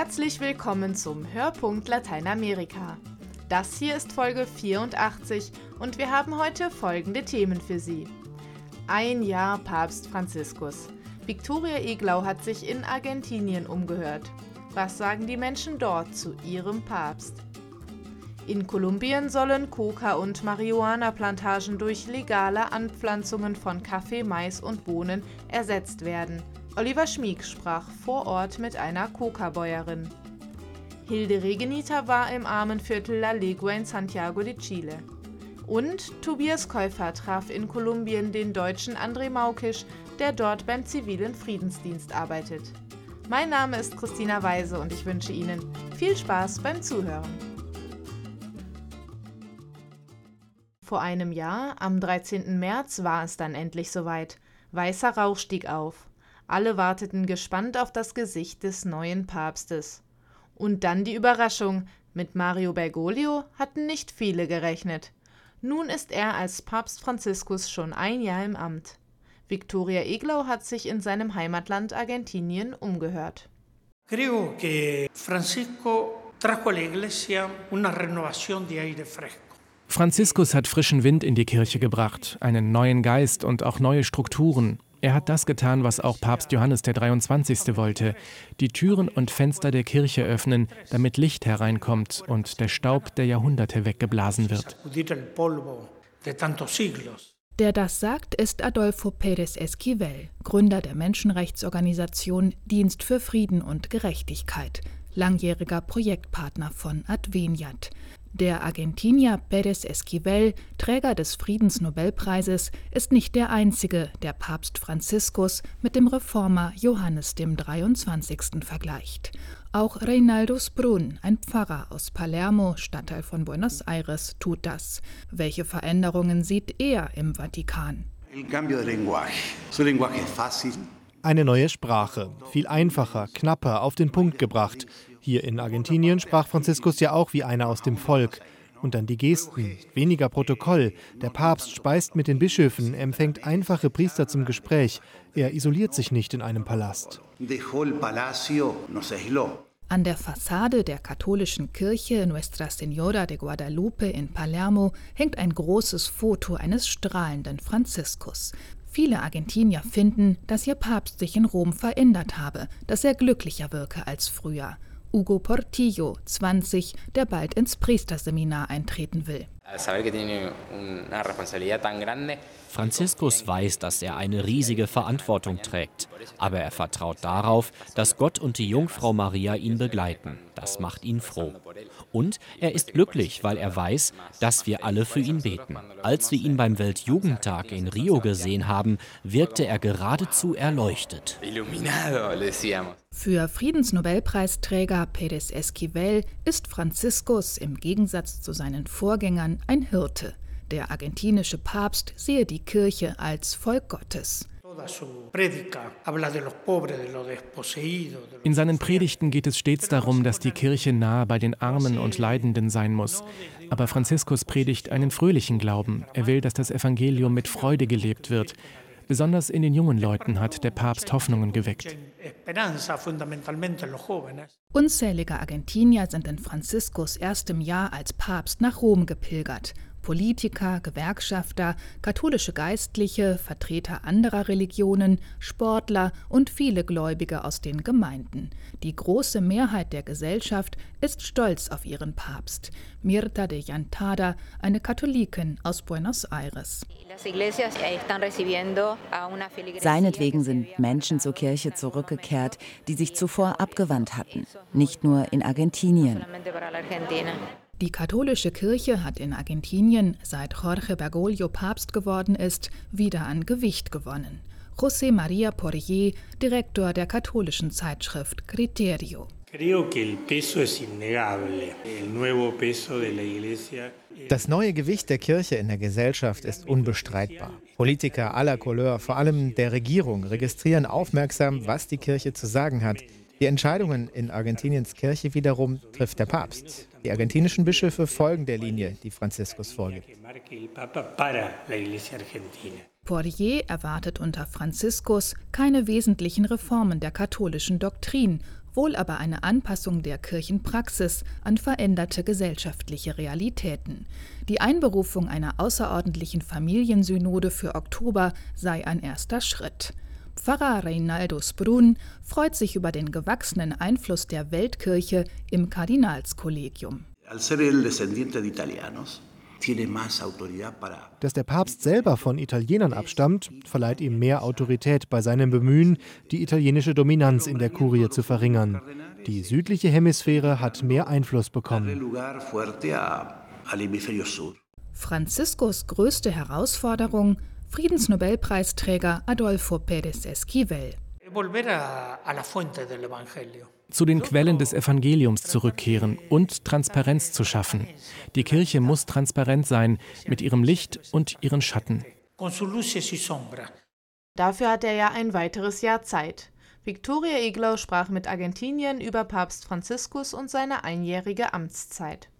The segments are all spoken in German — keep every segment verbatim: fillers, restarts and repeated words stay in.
Herzlich willkommen zum Hörpunkt Lateinamerika. Das hier ist Folge vierundachtzig und wir haben heute folgende Themen für Sie. Ein Jahr Papst Franziskus. Viktoria Eglau hat sich in Argentinien umgehört. Was sagen die Menschen dort zu ihrem Papst? In Kolumbien sollen Coca- und Marihuana-Plantagen durch legale Anpflanzungen von Kaffee, Mais und Bohnen ersetzt werden. Oliver Schmieg sprach vor Ort mit einer Coca-Bäuerin. Hilde Regenita war im Armenviertel La Legua in Santiago de Chile. Und Tobias Käufer traf in Kolumbien den Deutschen André Maukisch, der dort beim zivilen Friedensdienst arbeitet. Mein Name ist Christina Weise und ich wünsche Ihnen viel Spaß beim Zuhören. Vor einem Jahr, am dreizehnten März, war es dann endlich soweit. Weißer Rauch stieg auf. Alle warteten gespannt auf das Gesicht des neuen Papstes. Und dann die Überraschung: Mit Mario Bergoglio hatten nicht viele gerechnet. Nun ist er als Papst Franziskus schon ein Jahr im Amt. Viktoria Eglau hat sich in seinem Heimatland Argentinien umgehört. Creo que Francisco trajo a la Iglesia una renovación de aire fresco. Franziskus hat frischen Wind in die Kirche gebracht, einen neuen Geist und auch neue Strukturen. Er hat das getan, was auch Papst Johannes der dreiundzwanzigste wollte: die Türen und Fenster der Kirche öffnen, damit Licht hereinkommt und der Staub der Jahrhunderte weggeblasen wird. Der das sagt, ist Adolfo Pérez Esquivel, Gründer der Menschenrechtsorganisation Dienst für Frieden und Gerechtigkeit, langjähriger Projektpartner von Adveniat. Der Argentinier Pérez Esquivel, Träger des Friedensnobelpreises, ist nicht der einzige, der Papst Franziskus mit dem Reformer Johannes dem dreiundzwanzigsten vergleicht. Auch Reinaldo Sprun, ein Pfarrer aus Palermo, Stadtteil von Buenos Aires, tut das. Welche Veränderungen sieht er im Vatikan? Eine neue Sprache, viel einfacher, knapper, auf den Punkt gebracht. Hier in Argentinien sprach Franziskus ja auch wie einer aus dem Volk. Und dann die Gesten, weniger Protokoll. Der Papst speist mit den Bischöfen, empfängt einfache Priester zum Gespräch. Er isoliert sich nicht in einem Palast. An der Fassade der katholischen Kirche Nuestra Señora de Guadalupe in Palermo hängt ein großes Foto eines strahlenden Franziskus. Viele Argentinier finden, dass ihr Papst sich in Rom verändert habe, dass er glücklicher wirke als früher. Hugo Portillo, zwanzig, der bald ins Priesterseminar eintreten will. Franziskus weiß, dass er eine riesige Verantwortung trägt, aber er vertraut darauf, dass Gott und die Jungfrau Maria ihn begleiten. Das macht ihn froh. Und er ist glücklich, weil er weiß, dass wir alle für ihn beten. Als wir ihn beim Weltjugendtag in Rio gesehen haben, wirkte er geradezu erleuchtet. Für Friedensnobelpreisträger Pérez Esquivel ist Franziskus im Gegensatz zu seinen Vorgängern ein Hirte. Der argentinische Papst sehe die Kirche als Volk Gottes. In seinen Predigten geht es stets darum, dass die Kirche nahe bei den Armen und Leidenden sein muss. Aber Franziskus predigt einen fröhlichen Glauben. Er will, dass das Evangelium mit Freude gelebt wird. Besonders in den jungen Leuten hat der Papst Hoffnungen geweckt. Unzählige Argentinier sind in Franziskus erstem Jahr als Papst nach Rom gepilgert. Politiker, Gewerkschafter, katholische Geistliche, Vertreter anderer Religionen, Sportler und viele Gläubige aus den Gemeinden. Die große Mehrheit der Gesellschaft ist stolz auf ihren Papst. Mirta de Llantada, eine Katholikin aus Buenos Aires. Seinetwegen sind Menschen zur Kirche zurückgekehrt, die sich zuvor abgewandt hatten. Nicht nur in Argentinien. Die katholische Kirche hat in Argentinien, seit Jorge Bergoglio Papst geworden ist, wieder an Gewicht gewonnen. José María Porrier, Direktor der katholischen Zeitschrift Criterio. Das neue Gewicht der Kirche in der Gesellschaft ist unbestreitbar. Politiker aller Couleur, vor allem der Regierung, registrieren aufmerksam, was die Kirche zu sagen hat. Die Entscheidungen in Argentiniens Kirche wiederum trifft der Papst. Die argentinischen Bischöfe folgen der Linie, die Franziskus vorgibt. Poirier erwartet unter Franziskus keine wesentlichen Reformen der katholischen Doktrin, wohl aber eine Anpassung der Kirchenpraxis an veränderte gesellschaftliche Realitäten. Die Einberufung einer außerordentlichen Familiensynode für Oktober sei ein erster Schritt. Pfarrer Reinaldo Sprun freut sich über den gewachsenen Einfluss der Weltkirche im Kardinalskollegium. Dass der Papst selber von Italienern abstammt, verleiht ihm mehr Autorität bei seinem Bemühen, die italienische Dominanz in der Kurie zu verringern. Die südliche Hemisphäre hat mehr Einfluss bekommen. Franziskus größte Herausforderung: Friedensnobelpreisträger Adolfo Pérez Esquivel. Zu den Quellen des Evangeliums zurückkehren und Transparenz zu schaffen. Die Kirche muss transparent sein, mit ihrem Licht und ihren Schatten. Dafür hat er ja ein weiteres Jahr Zeit. Victoria Eglau sprach mit Argentinien über Papst Franziskus und seine einjährige Amtszeit.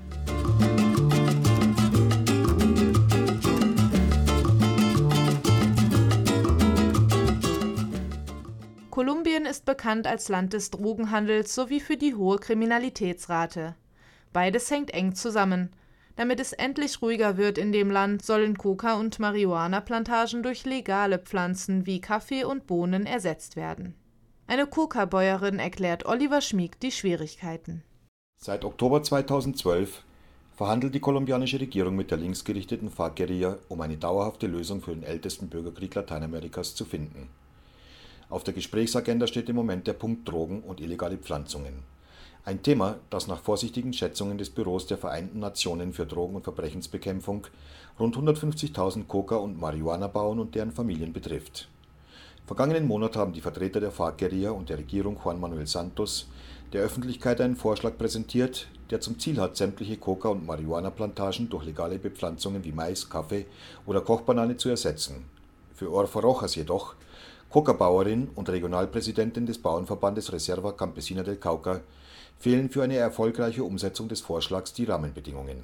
Kolumbien ist bekannt als Land des Drogenhandels sowie für die hohe Kriminalitätsrate. Beides hängt eng zusammen. Damit es endlich ruhiger wird in dem Land, sollen Coca- und Marihuana-Plantagen durch legale Pflanzen wie Kaffee und Bohnen ersetzt werden. Eine Coca-Bäuerin erklärt Oliver Schmieg die Schwierigkeiten. Seit Oktober zweitausendzwölf verhandelt die kolumbianische Regierung mit der linksgerichteten FARC-Guerilla, um eine dauerhafte Lösung für den ältesten Bürgerkrieg Lateinamerikas zu finden. Auf der Gesprächsagenda steht im Moment der Punkt Drogen und illegale Pflanzungen. Ein Thema, das nach vorsichtigen Schätzungen des Büros der Vereinten Nationen für Drogen- und Verbrechensbekämpfung rund hundertfünfzigtausend Coca- und Marihuana-Bauern und deren Familien betrifft. Vergangenen Monat haben die Vertreter der FARC-Guerilla und der Regierung Juan Manuel Santos der Öffentlichkeit einen Vorschlag präsentiert, der zum Ziel hat, sämtliche Coca- und Marihuana-Plantagen durch legale Bepflanzungen wie Mais, Kaffee oder Kochbanane zu ersetzen. Für Orfa Rojas jedoch, Coca-Bauerin und Regionalpräsidentin des Bauernverbandes Reserva Campesina del Cauca, fehlen für eine erfolgreiche Umsetzung des Vorschlags die Rahmenbedingungen.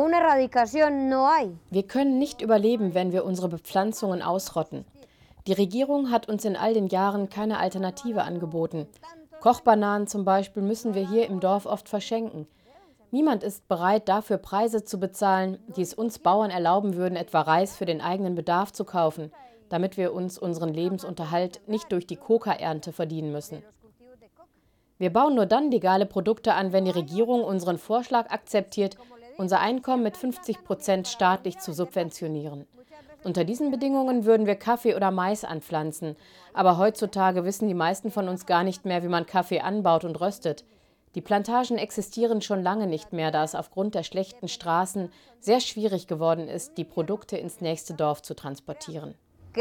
Wir können nicht überleben, wenn wir unsere Bepflanzungen ausrotten. Die Regierung hat uns in all den Jahren keine Alternative angeboten. Kochbananen zum Beispiel müssen wir hier im Dorf oft verschenken. Niemand ist bereit, dafür Preise zu bezahlen, die es uns Bauern erlauben würden, etwa Reis für den eigenen Bedarf zu kaufen, damit wir uns unseren Lebensunterhalt nicht durch die Coca-Ernte verdienen müssen. Wir bauen nur dann legale Produkte an, wenn die Regierung unseren Vorschlag akzeptiert, unser Einkommen mit fünfzig Prozent staatlich zu subventionieren. Unter diesen Bedingungen würden wir Kaffee oder Mais anpflanzen. Aber heutzutage wissen die meisten von uns gar nicht mehr, wie man Kaffee anbaut und röstet. Die Plantagen existieren schon lange nicht mehr, da es aufgrund der schlechten Straßen sehr schwierig geworden ist, die Produkte ins nächste Dorf zu transportieren.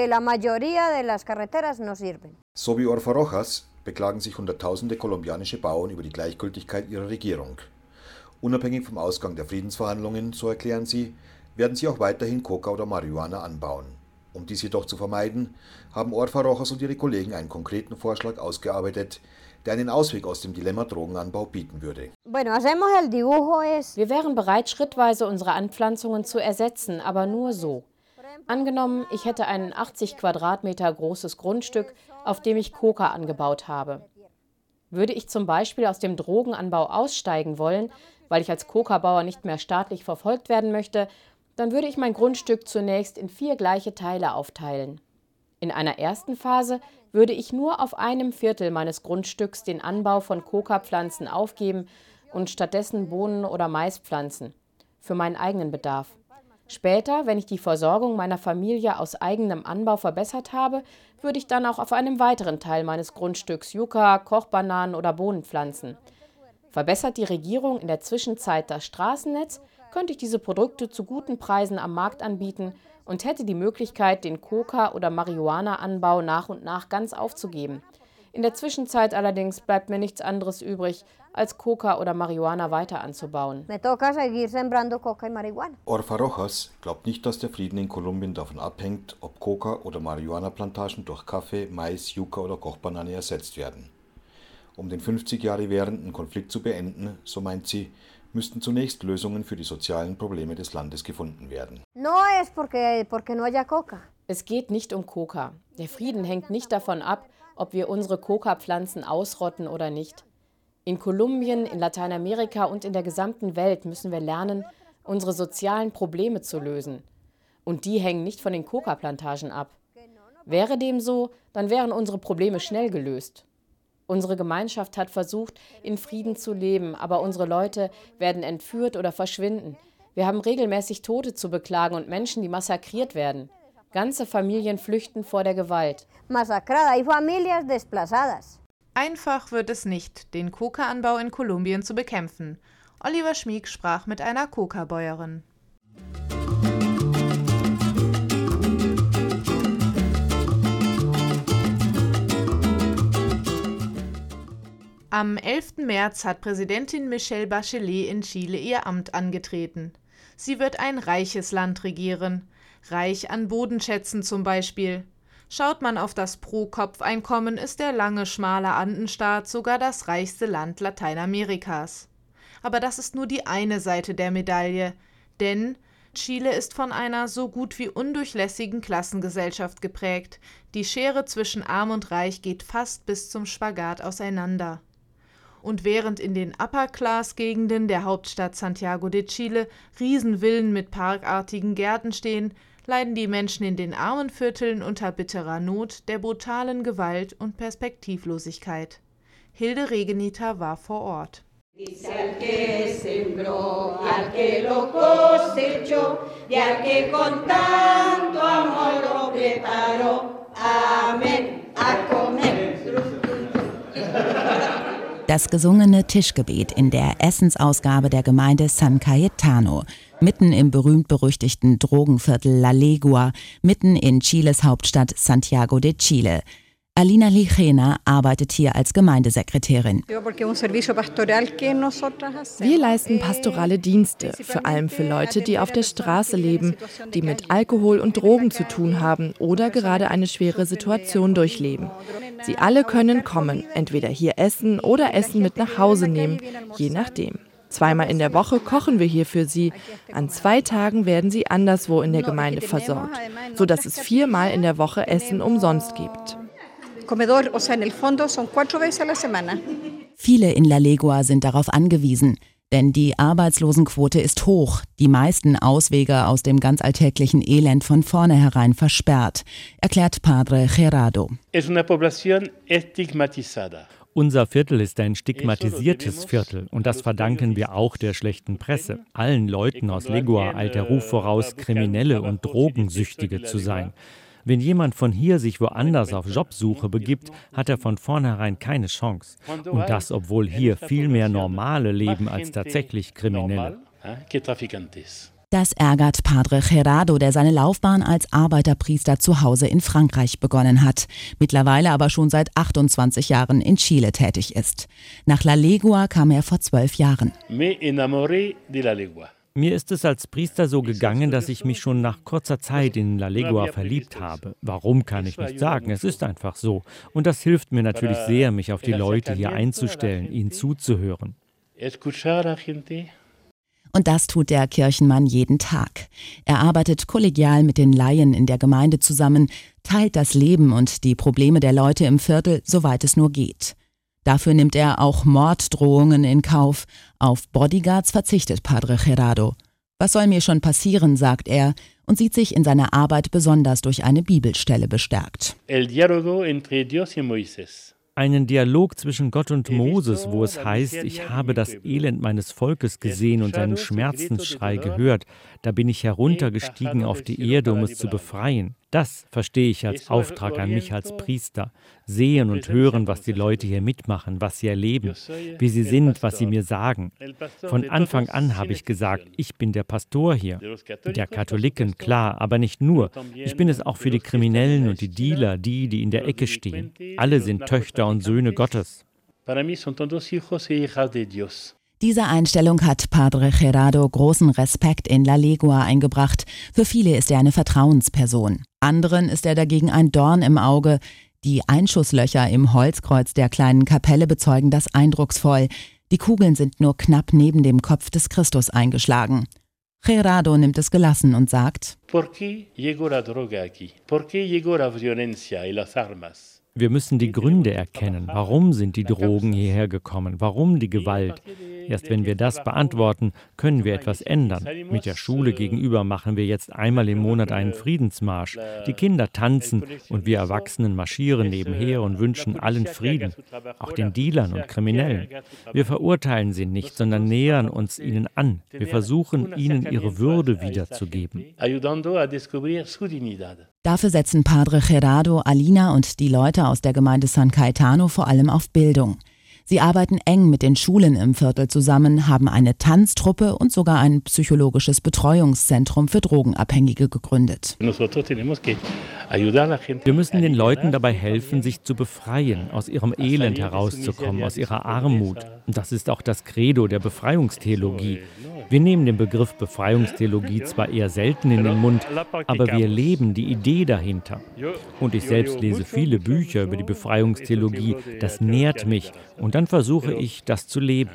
So wie Orfa Rojas beklagen sich Hunderttausende kolumbianische Bauern über die Gleichgültigkeit ihrer Regierung. Unabhängig vom Ausgang der Friedensverhandlungen, so erklären sie, werden sie auch weiterhin Coca oder Marihuana anbauen. Um dies jedoch zu vermeiden, haben Orfa Rojas und ihre Kollegen einen konkreten Vorschlag ausgearbeitet, der einen Ausweg aus dem Dilemma Drogenanbau bieten würde. Wir wären bereit, schrittweise unsere Anpflanzungen zu ersetzen, aber nur so. Angenommen, ich hätte ein achtzig Quadratmeter großes Grundstück, auf dem ich Coca angebaut habe. Würde ich zum Beispiel aus dem Drogenanbau aussteigen wollen, weil ich als Coca-Bauer nicht mehr staatlich verfolgt werden möchte, dann würde ich mein Grundstück zunächst in vier gleiche Teile aufteilen. In einer ersten Phase würde ich nur auf einem Viertel meines Grundstücks den Anbau von Coca-Pflanzen aufgeben und stattdessen Bohnen oder Mais pflanzen, für meinen eigenen Bedarf. Später, wenn ich die Versorgung meiner Familie aus eigenem Anbau verbessert habe, würde ich dann auch auf einem weiteren Teil meines Grundstücks Yucca, Kochbananen oder Bohnen pflanzen. Verbessert die Regierung in der Zwischenzeit das Straßennetz, könnte ich diese Produkte zu guten Preisen am Markt anbieten und hätte die Möglichkeit, den Coca- oder Marihuana-Anbau nach und nach ganz aufzugeben. In der Zwischenzeit allerdings bleibt mir nichts anderes übrig, als Coca oder Marihuana weiter anzubauen. Orfa Rojas glaubt nicht, dass der Frieden in Kolumbien davon abhängt, ob Coca- oder Marihuana-Plantagen durch Kaffee, Mais, Yucca oder Kochbanane ersetzt werden. Um den fünfzig Jahre währenden Konflikt zu beenden, so meint sie, müssten zunächst Lösungen für die sozialen Probleme des Landes gefunden werden. Es geht nicht um Coca. Der Frieden hängt nicht davon ab, ob wir unsere Coca-Pflanzen ausrotten oder nicht. In Kolumbien, in Lateinamerika und in der gesamten Welt müssen wir lernen, unsere sozialen Probleme zu lösen. Und die hängen nicht von den Coca-Plantagen ab. Wäre dem so, dann wären unsere Probleme schnell gelöst. Unsere Gemeinschaft hat versucht, in Frieden zu leben, aber unsere Leute werden entführt oder verschwinden. Wir haben regelmäßig Tote zu beklagen und Menschen, die massakriert werden. Ganze Familien flüchten vor der Gewalt. Einfach wird es nicht, den Coca-Anbau in Kolumbien zu bekämpfen. Oliver Schmieg sprach mit einer Coca-Bäuerin. Am elften März hat Präsidentin Michelle Bachelet in Chile ihr Amt angetreten. Sie wird ein reiches Land regieren, reich an Bodenschätzen zum Beispiel. Schaut man auf das Pro-Kopf-Einkommen, ist der lange, schmale Andenstaat sogar das reichste Land Lateinamerikas. Aber das ist nur die eine Seite der Medaille, denn Chile ist von einer so gut wie undurchlässigen Klassengesellschaft geprägt. Die Schere zwischen Arm und Reich geht fast bis zum Spagat auseinander. Und während in den Upper-Class-Gegenden der Hauptstadt Santiago de Chile Riesenvillen mit parkartigen Gärten stehen, leiden die Menschen in den armen Vierteln unter bitterer Not, der brutalen Gewalt und Perspektivlosigkeit. Hilde Regeniter war vor Ort. Das gesungene Tischgebet in der Essensausgabe der Gemeinde San Cayetano, mitten im berühmt-berüchtigten Drogenviertel La Legua, mitten in Chiles Hauptstadt Santiago de Chile. Alina Lijena arbeitet hier als Gemeindesekretärin. Wir leisten pastorale Dienste, vor allem für Leute, die auf der Straße leben, die mit Alkohol und Drogen zu tun haben oder gerade eine schwere Situation durchleben. Sie alle können kommen, entweder hier essen oder Essen mit nach Hause nehmen, je nachdem. Zweimal in der Woche kochen wir hier für sie. An zwei Tagen werden sie anderswo in der Gemeinde versorgt, sodass es viermal in der Woche Essen umsonst gibt. Viele in La Legua sind darauf angewiesen, denn die Arbeitslosenquote ist hoch, die meisten Auswege aus dem ganz alltäglichen Elend von vornherein versperrt, erklärt Padre Gerardo. Unser Viertel ist ein stigmatisiertes Viertel und das verdanken wir auch der schlechten Presse. Allen Leuten aus Legua eilt der Ruf voraus, Kriminelle und Drogensüchtige zu sein. Wenn jemand von hier sich woanders auf Jobsuche begibt, hat er von vornherein keine Chance. Und das, obwohl hier viel mehr Normale leben als tatsächlich Kriminelle. Das ärgert Padre Gerardo, der seine Laufbahn als Arbeiterpriester zu Hause in Frankreich begonnen hat, mittlerweile aber schon seit achtundzwanzig Jahren in Chile tätig ist. Nach La Legua kam er vor zwölf Jahren. Mir ist es als Priester so gegangen, dass ich mich schon nach kurzer Zeit in La Legua verliebt habe. Warum, kann ich nicht sagen, es ist einfach so. Und das hilft mir natürlich sehr, mich auf die Leute hier einzustellen, ihnen zuzuhören. Und das tut der Kirchenmann jeden Tag. Er arbeitet kollegial mit den Laien in der Gemeinde zusammen, teilt das Leben und die Probleme der Leute im Viertel, soweit es nur geht. Dafür nimmt er auch Morddrohungen in Kauf. Auf Bodyguards verzichtet Padre Gerardo. Was soll mir schon passieren, sagt er und sieht sich in seiner Arbeit besonders durch eine Bibelstelle bestärkt. El diálogo entre Dios y Moisés. Einen Dialog zwischen Gott und Moses, wo es heißt, ich habe das Elend meines Volkes gesehen und seinen Schmerzensschrei gehört. Da bin ich heruntergestiegen auf die Erde, um es zu befreien. Das verstehe ich als Auftrag an mich als Priester. Sehen und hören, was die Leute hier mitmachen, was sie erleben, wie sie sind, was sie mir sagen. Von Anfang an habe ich gesagt, ich bin der Pastor hier. Der Katholiken, klar, aber nicht nur. Ich bin es auch für die Kriminellen und die Dealer, die, die in der Ecke stehen. Alle sind Töchter und Söhne Gottes. Diese Einstellung hat Padre Gerardo großen Respekt in La Legua eingebracht. Für viele ist er eine Vertrauensperson. Anderen ist er dagegen ein Dorn im Auge. Die Einschusslöcher im Holzkreuz der kleinen Kapelle bezeugen das eindrucksvoll. Die Kugeln sind nur knapp neben dem Kopf des Christus eingeschlagen. Gerardo nimmt es gelassen und sagt: ¿Por qué llegó la droga aquí? ¿Por qué llegó la violencia y las armas? Wir müssen die Gründe erkennen. Warum sind die Drogen hierher gekommen? Warum die Gewalt? Erst wenn wir das beantworten, können wir etwas ändern. Mit der Schule gegenüber machen wir jetzt einmal im Monat einen Friedensmarsch. Die Kinder tanzen und wir Erwachsenen marschieren nebenher und wünschen allen Frieden, auch den Dealern und Kriminellen. Wir verurteilen sie nicht, sondern nähern uns ihnen an. Wir versuchen, ihnen ihre Würde wiederzugeben. Dafür setzen Padre Gerardo, Alina und die Leute aus der Gemeinde San Cayetano vor allem auf Bildung. Sie arbeiten eng mit den Schulen im Viertel zusammen, haben eine Tanztruppe und sogar ein psychologisches Betreuungszentrum für Drogenabhängige gegründet. Wir müssen den Leuten dabei helfen, sich zu befreien, aus ihrem Elend herauszukommen, aus ihrer Armut. Und das ist auch das Credo der Befreiungstheologie. Wir nehmen den Begriff Befreiungstheologie zwar eher selten in den Mund, aber wir leben die Idee dahinter. Und ich selbst lese viele Bücher über die Befreiungstheologie, das nährt mich und dann versuche ich, das zu leben.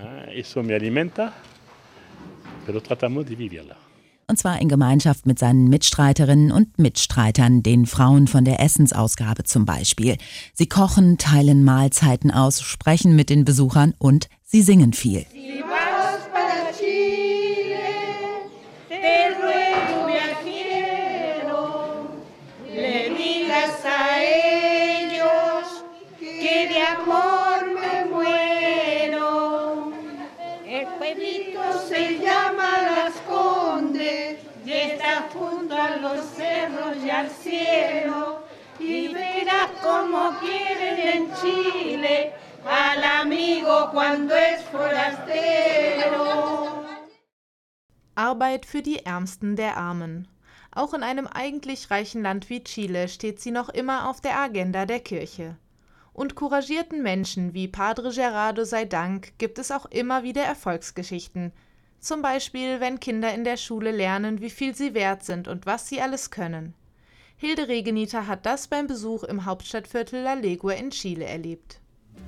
Und zwar in Gemeinschaft mit seinen Mitstreiterinnen und Mitstreitern, den Frauen von der Essensausgabe zum Beispiel. Sie kochen, teilen Mahlzeiten aus, sprechen mit den Besuchern und sie singen viel. Arbeit für die Ärmsten der Armen. Auch in einem eigentlich reichen Land wie Chile steht sie noch immer auf der Agenda der Kirche. Und couragierten Menschen wie Padre Gerardo sei Dank gibt es auch immer wieder Erfolgsgeschichten. Zum Beispiel, wenn Kinder in der Schule lernen, wie viel sie wert sind und was sie alles können. Hilde Regeniter hat das beim Besuch im Hauptstadtviertel La Legua in Chile erlebt.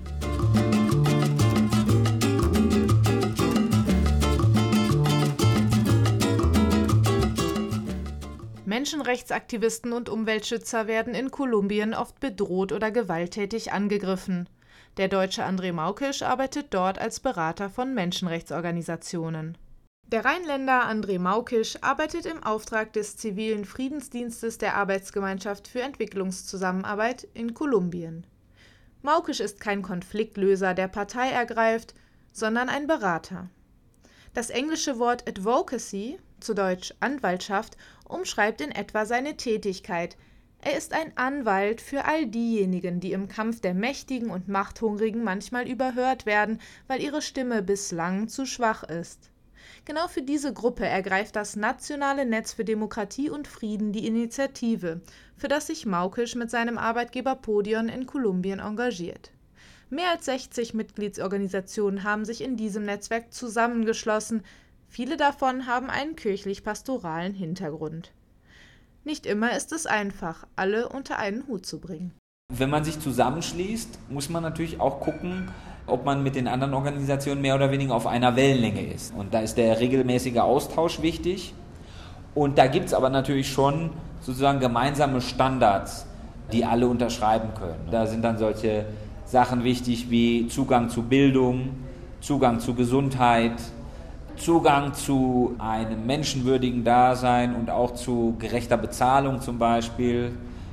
Menschenrechtsaktivisten und Umweltschützer werden in Kolumbien oft bedroht oder gewalttätig angegriffen. Der Deutsche André Maukisch arbeitet dort als Berater von Menschenrechtsorganisationen. Der Rheinländer André Maukisch arbeitet im Auftrag des zivilen Friedensdienstes der Arbeitsgemeinschaft für Entwicklungszusammenarbeit in Kolumbien. Maukisch ist kein Konfliktlöser, der Partei ergreift, sondern ein Berater. Das englische Wort Advocacy, zu Deutsch Anwaltschaft, umschreibt in etwa seine Tätigkeit. Er ist ein Anwalt für all diejenigen, die im Kampf der Mächtigen und Machthungrigen manchmal überhört werden, weil ihre Stimme bislang zu schwach ist. Genau für diese Gruppe ergreift das Nationale Netz für Demokratie und Frieden die Initiative, für das sich Maukisch mit seinem Arbeitgeber Podion in Kolumbien engagiert. Mehr als sechzig Mitgliedsorganisationen haben sich in diesem Netzwerk zusammengeschlossen. Viele davon haben einen kirchlich-pastoralen Hintergrund. Nicht immer ist es einfach, alle unter einen Hut zu bringen. Wenn man sich zusammenschließt, muss man natürlich auch gucken, ob man mit den anderen Organisationen mehr oder weniger auf einer Wellenlänge ist. Und da ist der regelmäßige Austausch wichtig. Und da gibt es aber natürlich schon sozusagen gemeinsame Standards, die alle unterschreiben können. Da sind dann solche Sachen wichtig wie Zugang zu Bildung, Zugang zu Gesundheit, Zugang zu einem menschenwürdigen Dasein und auch zu gerechter Bezahlung zum Beispiel,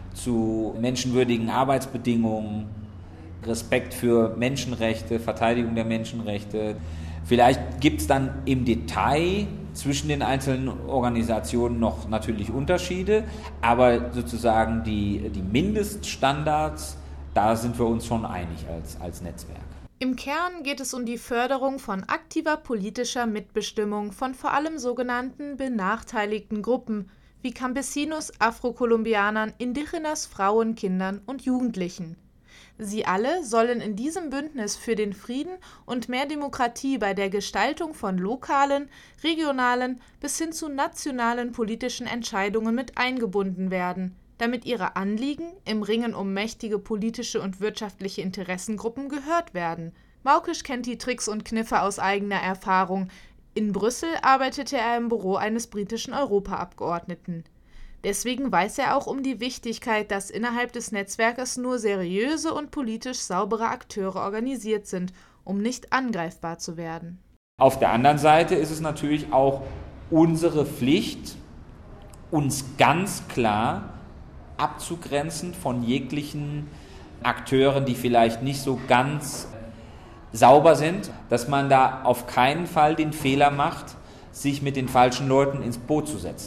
zu menschenwürdigen Arbeitsbedingungen, Respekt für Menschenrechte, Verteidigung der Menschenrechte. Vielleicht gibt es dann im Detail zwischen den einzelnen Organisationen noch natürlich Unterschiede, aber sozusagen die, die Mindeststandards, da sind wir uns schon einig als, als Netzwerk. Im Kern geht es um die Förderung von aktiver politischer Mitbestimmung von vor allem sogenannten benachteiligten Gruppen wie Campesinos, Afrokolumbianern, Indigenas, Frauen, Kindern und Jugendlichen. Sie alle sollen in diesem Bündnis für den Frieden und mehr Demokratie bei der Gestaltung von lokalen, regionalen bis hin zu nationalen politischen Entscheidungen mit eingebunden werden, damit ihre Anliegen im Ringen um mächtige politische und wirtschaftliche Interessengruppen gehört werden. Maukisch kennt die Tricks und Kniffe aus eigener Erfahrung. In Brüssel arbeitete er im Büro eines britischen Europaabgeordneten. Deswegen weiß er auch um die Wichtigkeit, dass innerhalb des Netzwerkes nur seriöse und politisch saubere Akteure organisiert sind, um nicht angreifbar zu werden. Auf der anderen Seite ist es natürlich auch unsere Pflicht, uns ganz klar abzugrenzen von jeglichen Akteuren, die vielleicht nicht so ganz sauber sind, dass man da auf keinen Fall den Fehler macht, sich mit den falschen Leuten ins Boot zu setzen.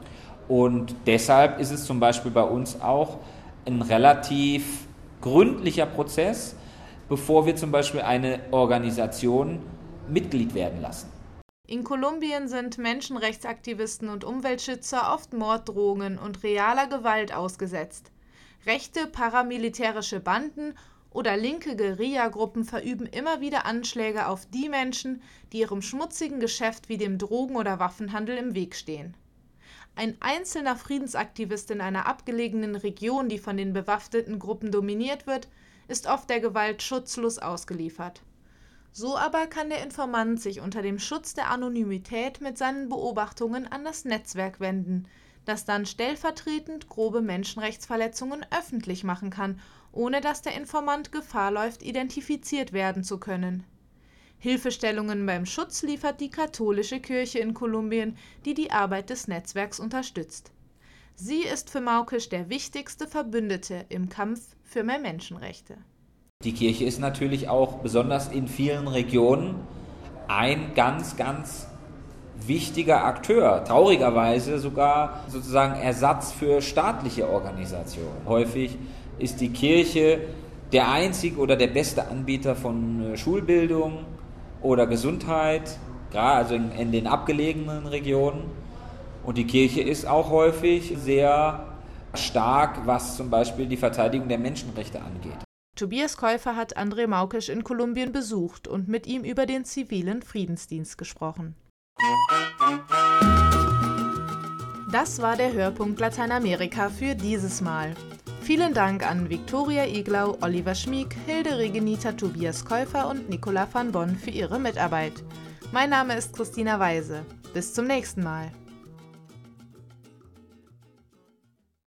Und deshalb ist es zum Beispiel bei uns auch ein relativ gründlicher Prozess, bevor wir zum Beispiel eine Organisation Mitglied werden lassen. In Kolumbien sind Menschenrechtsaktivisten und Umweltschützer oft Morddrohungen und realer Gewalt ausgesetzt. Rechte paramilitärische Banden oder linke Guerillagruppen verüben immer wieder Anschläge auf die Menschen, die ihrem schmutzigen Geschäft wie dem Drogen- oder Waffenhandel im Weg stehen. Ein einzelner Friedensaktivist in einer abgelegenen Region, die von den bewaffneten Gruppen dominiert wird, ist oft der Gewalt schutzlos ausgeliefert. So aber kann der Informant sich unter dem Schutz der Anonymität mit seinen Beobachtungen an das Netzwerk wenden, das dann stellvertretend grobe Menschenrechtsverletzungen öffentlich machen kann, ohne dass der Informant Gefahr läuft, identifiziert werden zu können. Hilfestellungen beim Schutz liefert die katholische Kirche in Kolumbien, die die Arbeit des Netzwerks unterstützt. Sie ist für Maukisch der wichtigste Verbündete im Kampf für mehr Menschenrechte. Die Kirche ist natürlich auch besonders in vielen Regionen ein ganz, ganz wichtiger Akteur, traurigerweise sogar sozusagen Ersatz für staatliche Organisationen. Häufig ist die Kirche der einzige oder der beste Anbieter von Schulbildung oder Gesundheit, gerade also in, in den abgelegenen Regionen. Und die Kirche ist auch häufig sehr stark, was zum Beispiel die Verteidigung der Menschenrechte angeht. Tobias Käufer hat André Maukisch in Kolumbien besucht und mit ihm über den zivilen Friedensdienst gesprochen. Das war der Hörpunkt Lateinamerika für dieses Mal. Vielen Dank an Viktoria Iglau, Oliver Schmieg, Hilde Regenita, Tobias Käufer und Nicola van Bonn für ihre Mitarbeit. Mein Name ist Christina Weise. Bis zum nächsten Mal.